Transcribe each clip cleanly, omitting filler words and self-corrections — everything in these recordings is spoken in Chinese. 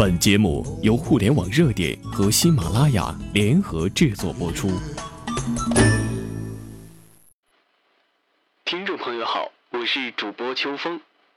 本节目由互联网热点和喜马拉雅联合制作播出。 听众朋友好，我是主播秋风。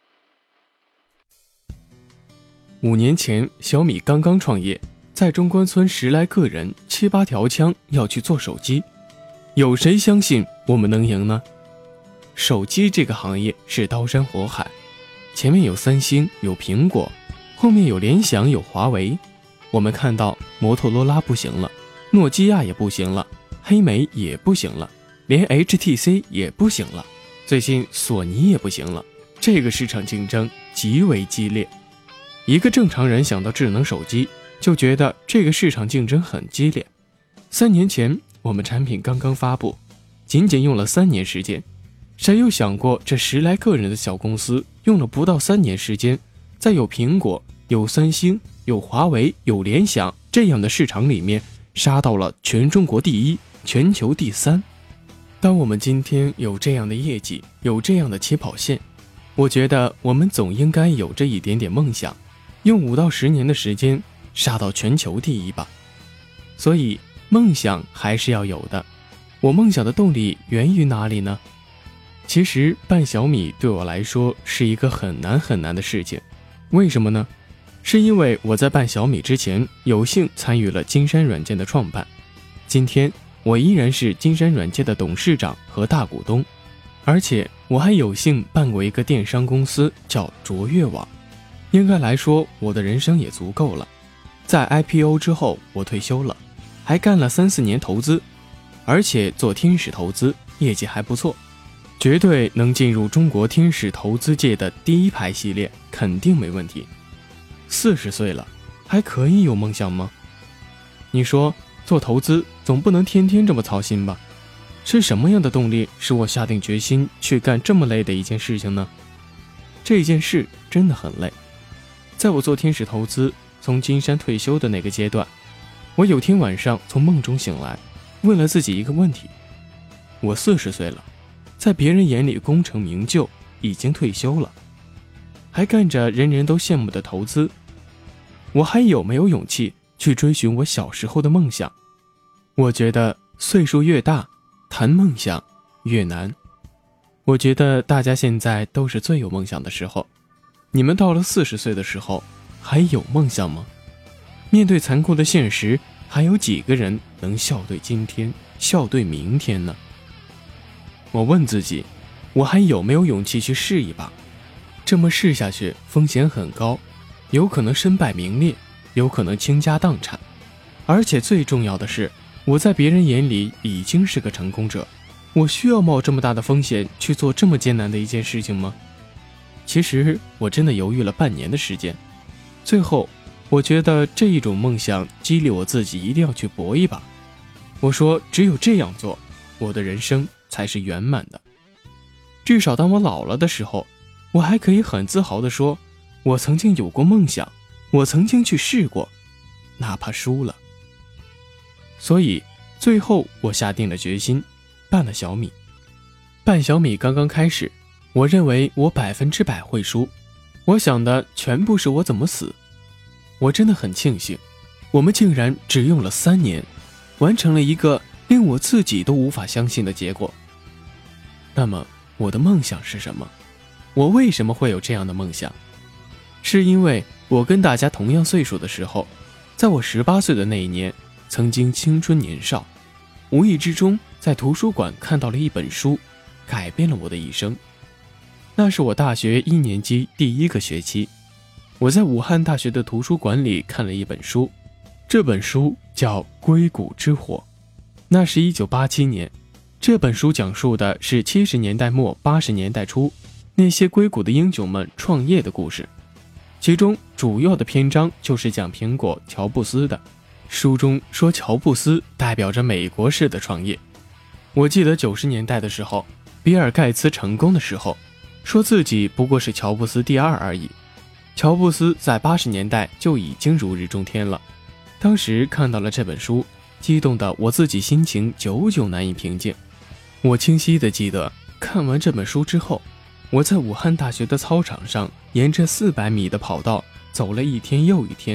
5年前，小米刚刚创业，在中关村10来个人7、8条枪要去做手机，有谁相信我们能赢呢？手机这个行业是刀山火海，前面有三星，有苹果，后面有联想，有华为。我们看到摩托罗拉不行了，诺基亚也不行了，黑莓也不行了，连 HTC 也不行了，最近索尼也不行了。这个市场竞争极为激烈。一个正常人想到智能手机，就觉得这个市场竞争很激烈。3年前，我们产品刚刚发布，仅仅用了3年时间。谁有想过这10来个人的小公司用了不到3年时间，在有苹果、有三星、有华为、有联想这样的市场里面杀到了全中国第1、全球第3。当我们今天有这样的业绩，有这样的起跑线，我觉得我们总应该有着一点点梦想，用5到10年的时间杀到全球第1吧。所以梦想还是要有的。我梦想的动力源于哪里呢？其实办小米对我来说是一个很难的事情。为什么呢？是因为我在办小米之前有幸参与了金山软件的创办，今天我依然是金山软件的董事长和大股东，而且我还有幸办过一个电商公司叫卓越网。应该来说我的人生也足够了。在 IPO 之后我退休了，还干了3、4年投资，而且做天使投资业绩还不错，绝对能进入中国天使投资界的第1排系列，肯定没问题。40岁了，还可以有梦想吗？你说做投资总不能天天这么操心吧？是什么样的动力使我下定决心去干这么累的一件事情呢？这件事真的很累。在我做天使投资，从金山退休的那个阶段，我有天晚上从梦中醒来，问了自己一个问题：我40岁了，在别人眼里功成名就，已经退休了，还干着人人都羡慕的投资，我还有没有勇气去追寻我小时候的梦想？我觉得岁数越大，谈梦想越难。我觉得大家现在都是最有梦想的时候，你们到了40岁的时候，还有梦想吗？面对残酷的现实，还有几个人能笑对今天，笑对明天呢？我问自己，我还有没有勇气去试一把？这么试下去风险很高，有可能身败名裂，有可能倾家荡产，而且最重要的是，我在别人眼里已经是个成功者，我需要冒这么大的风险去做这么艰难的一件事情吗？其实我真的犹豫了半年的时间，最后我觉得这一种梦想激励我自己一定要去搏一把。我说只有这样做，我的人生才是圆满的。至少当我老了的时候，我还可以很自豪地说，我曾经有过梦想，我曾经去试过，哪怕输了。所以最后我下定了决心，办了小米。办小米刚刚开始，我认为我100%会输，我想的全部是我怎么死。我真的很庆幸，我们竟然只用了3年，完成了一个令我自己都无法相信的结果。那么我的梦想是什么？我为什么会有这样的梦想？是因为我跟大家同样岁数的时候，在我18岁的那一年，曾经青春年少，无意之中在图书馆看到了一本书，改变了我的一生。那是我大学1年级第1个学期，我在武汉大学的图书馆里看了一本书，这本书叫《硅谷之火》。那是1987年，这本书讲述的是70年代末80年代初那些硅谷的英雄们创业的故事，其中主要的篇章就是讲苹果乔布斯的。书中说乔布斯代表着美国式的创业。我记得90年代的时候，比尔盖茨成功的时候，说自己不过是乔布斯第2而已。乔布斯在80年代就已经如日中天了。当时看到了这本书，激动的我自己心情久久难以平静。我清晰地记得，看完这本书之后，我在武汉大学的操场上沿着400米的跑道走了一天又一天，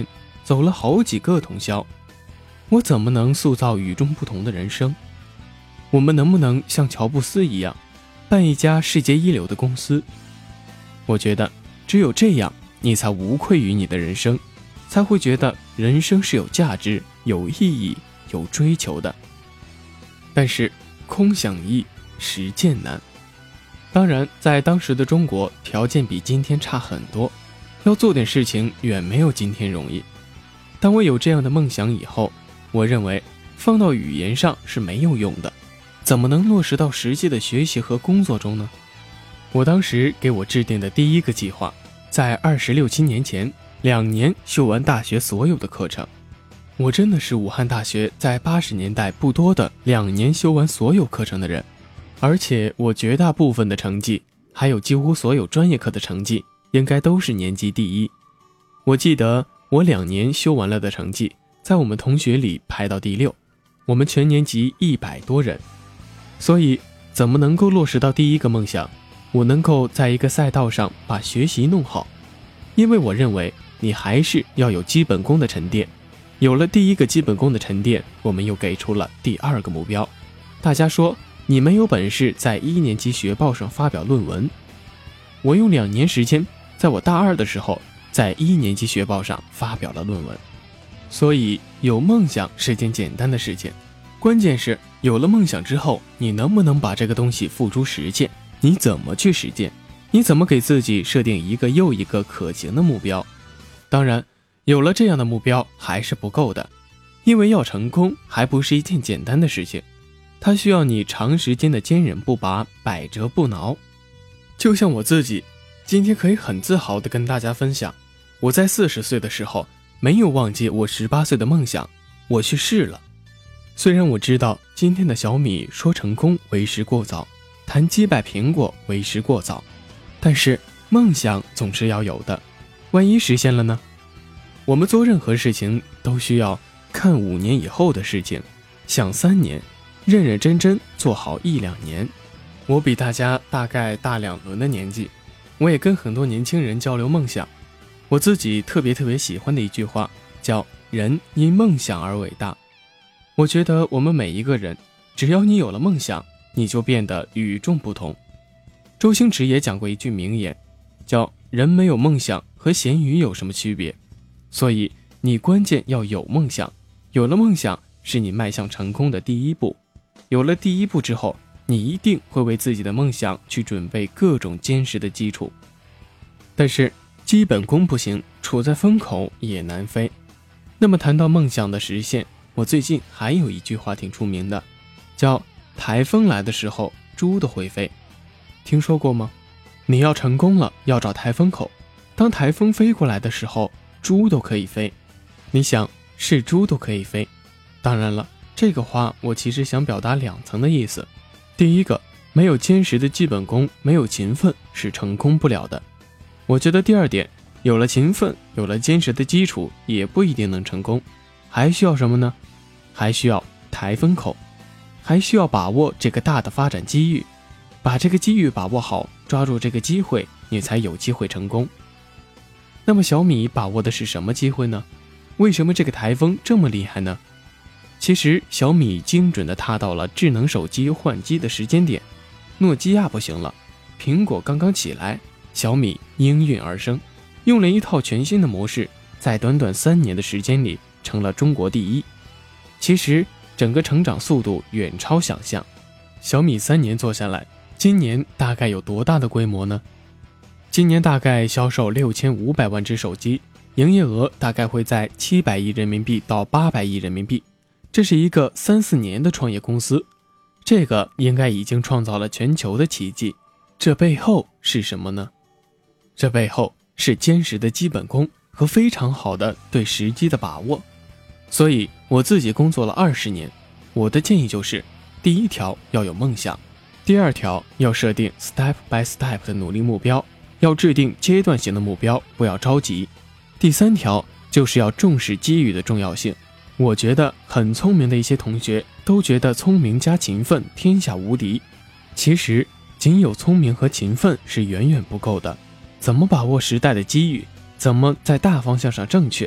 走了好几个通宵，我怎么能塑造与众不同的人生？我们能不能像乔布斯一样，办一家世界一流的公司？我觉得只有这样，你才无愧于你的人生，才会觉得人生是有价值、有意义、有追求的。但是空想易，实践难。当然，在当时的中国，条件比今天差很多，要做点事情远没有今天容易。当我有这样的梦想以后，我认为放到语言上是没有用的，怎么能落实到实际的学习和工作中呢？我当时给我制定的第一个计划，在26、7年前2年修完大学所有的课程。我真的是武汉大学在80年代不多的2年修完所有课程的人，而且我绝大部分的成绩，还有几乎所有专业课的成绩，应该都是年级第一。我记得我2年修完了的成绩，在我们同学里排到第6，我们全年级100多人。所以怎么能够落实到第一个梦想？我能够在一个赛道上把学习弄好，因为我认为你还是要有基本功的沉淀。有了第一个基本功的沉淀，我们又给出了第2个目标。大家说你没有本事在1年级学报上发表论文，我用2年时间，在我大2的时候，在1年级学报上发表了论文。所以有梦想是件简单的事情，关键是有了梦想之后，你能不能把这个东西付诸实践？你怎么去实践？你怎么给自己设定一个又一个可行的目标？当然，有了这样的目标还是不够的，因为要成功还不是一件简单的事情，它需要你长时间的坚韧不拔，百折不挠。就像我自己，今天可以很自豪地跟大家分享，我在40岁的时候没有忘记我18岁的梦想，我去试了。虽然我知道今天的小米说成功为时过早，谈击败苹果为时过早，但是梦想总是要有的，万一实现了呢？我们做任何事情都需要看5年以后的事情，想3年，认认真真做好1、2年。我比大家大概大2轮的年纪，我也跟很多年轻人交流梦想。我自己特别喜欢的一句话叫人因梦想而伟大。我觉得我们每一个人，只要你有了梦想，你就变得与众不同。周星驰也讲过一句名言，叫人没有梦想和咸鱼有什么区别？所以你关键要有梦想，有了梦想是你迈向成功的第一步。有了第一步之后，你一定会为自己的梦想去准备各种坚实的基础。但是基本功不行，处在风口也难飞。那么谈到梦想的实现，我最近还有一句话挺出名的，叫台风来的时候猪都会飞。听说过吗？你要成功了，要找台风口，当台风飞过来的时候，猪都可以飞。你想，是猪都可以飞，当然了，这个话我其实想表达2层的意思。第一个，没有坚实的基本功，没有勤奋是成功不了的。我觉得第2点，有了勤奋，有了坚实的基础，也不一定能成功。还需要什么呢？还需要台风口，还需要把握这个大的发展机遇，把这个机遇把握好，抓住这个机会，你才有机会成功。那么小米把握的是什么机会呢？为什么这个台风这么厉害呢？其实小米精准地踏到了智能手机换机的时间点，诺基亚不行了，苹果刚刚起来，小米应运而生，用了一套全新的模式，在短短3年的时间里成了中国第一。其实整个成长速度远超想象，小米3年做下来，今年大概有多大的规模呢？今年大概销售6500万只手机，营业额大概会在700亿人民币到800亿人民币，这是一个3、4年的创业公司，这个应该已经创造了全球的奇迹。这背后是什么呢？这背后是坚实的基本功和非常好的对时机的把握。所以我自己工作了20年，我的建议就是，第1条要有梦想，第2条要设定 step by step 的努力目标，要制定阶段性的目标，不要着急。第3条就是要重视机遇的重要性。我觉得很聪明的一些同学都觉得聪明加勤奋天下无敌，其实仅有聪明和勤奋是远远不够的。怎么把握时代的机遇，怎么在大方向上正确，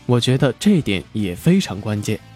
我觉得这点也非常关键。